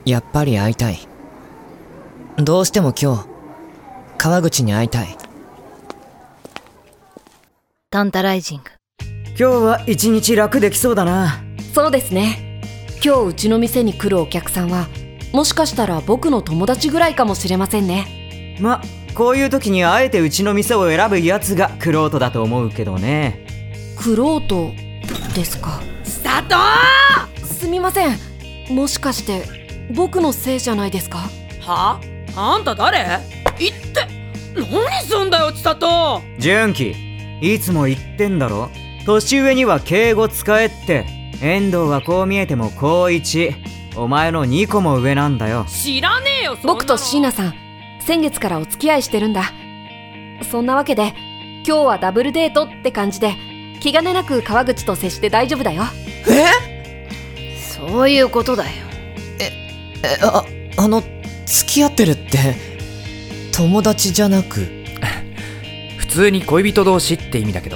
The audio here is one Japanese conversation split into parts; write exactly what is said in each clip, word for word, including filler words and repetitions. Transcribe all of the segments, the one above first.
やっぱり会いたい。どうしても今日川口に会いたい。 タンタライジング。 今日は一日楽できそうだな。 そうですね。今日うちの店に来るお客さんはもしかしたら僕の友達ぐらいかもしれませんね。 ま、こういう時にあえてうちの店を選ぶやつがクロートだと思うけどね。 クロートですか。 佐藤！ すみません、もしかして僕のせいじゃないですか？ は？あんた誰？言って何すんだよ千里。 純喜、いつも言ってんだろ、年上には敬語使えって。遠藤はこう見えても高一、お前のにこも上なんだよ。 知らねえよそんなの。 僕と椎名さん先月からお付き合いしてるんだ。そんなわけで今日はダブルデートって感じで気兼ねなく川口と接して大丈夫だよ。 え？ そういうことだよ。 え、え、あ、あの、付き合ってるって、友達じゃなく。 普通に恋人同士って意味だけど。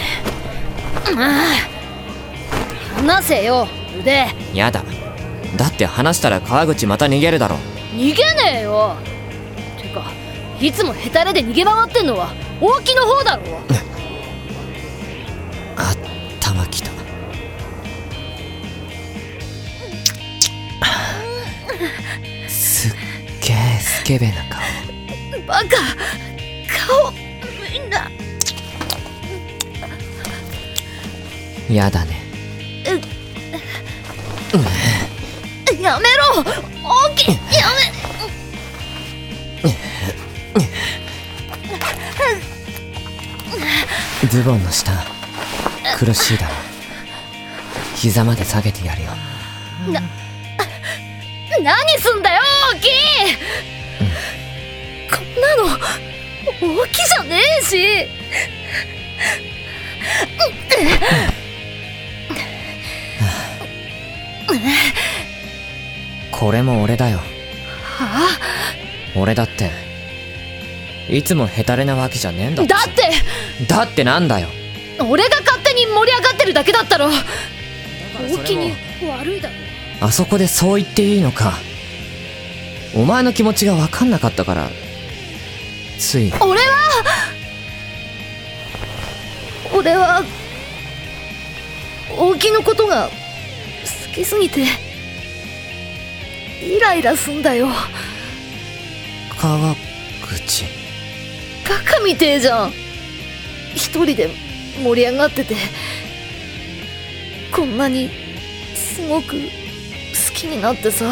話せよ、腕。 やだ。だって話したら川口また逃げるだろ。 逃げねえよ。てか、いつもヘタレで逃げ回ってんのは大木の方だろ。 あ頭きた。すっげえスケベな顔。 バカ、顔みんな。 やだね。 やめろ、大木。やめ。 ズボンの下苦しいだろ。膝まで下げてやるよ。 な、何すんだよ大木、うん、こんなの大木じゃねえし。 これも俺だよ。 はあ？ 俺だっていつもヘタレなわけじゃねえんだって。 だってだってなんだよ。 俺が勝手に盛り上がってるだけだったろ。大木に悪いだろ。 あそこでそう言っていいのか。お前の気持ちが分かんなかったからつい。 俺は俺は大木のことが好きすぎてイライラすんだよ。 川口バカみてえじゃん。一人で盛り上がっててこんなにすごく好きになってさ。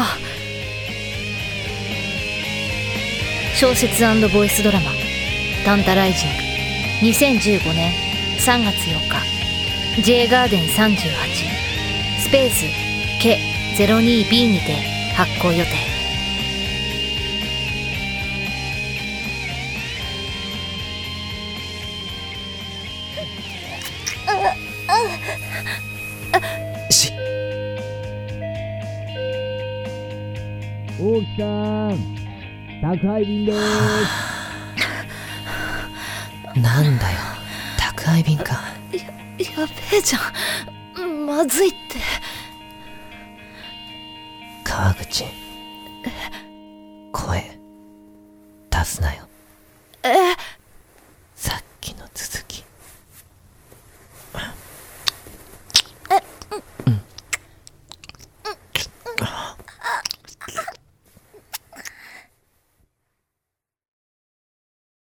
小説&ボイスドラマ「タンタライジング」にせんじゅうごねんさんがつよっか J ガーデンさんじゅうはちスペース ケゼロにビー にて発行予定。 し大木さん、宅配便でーす。なんだよ、宅配便か。 や、やべえじゃん。まずいって。 川口、声出すなよ。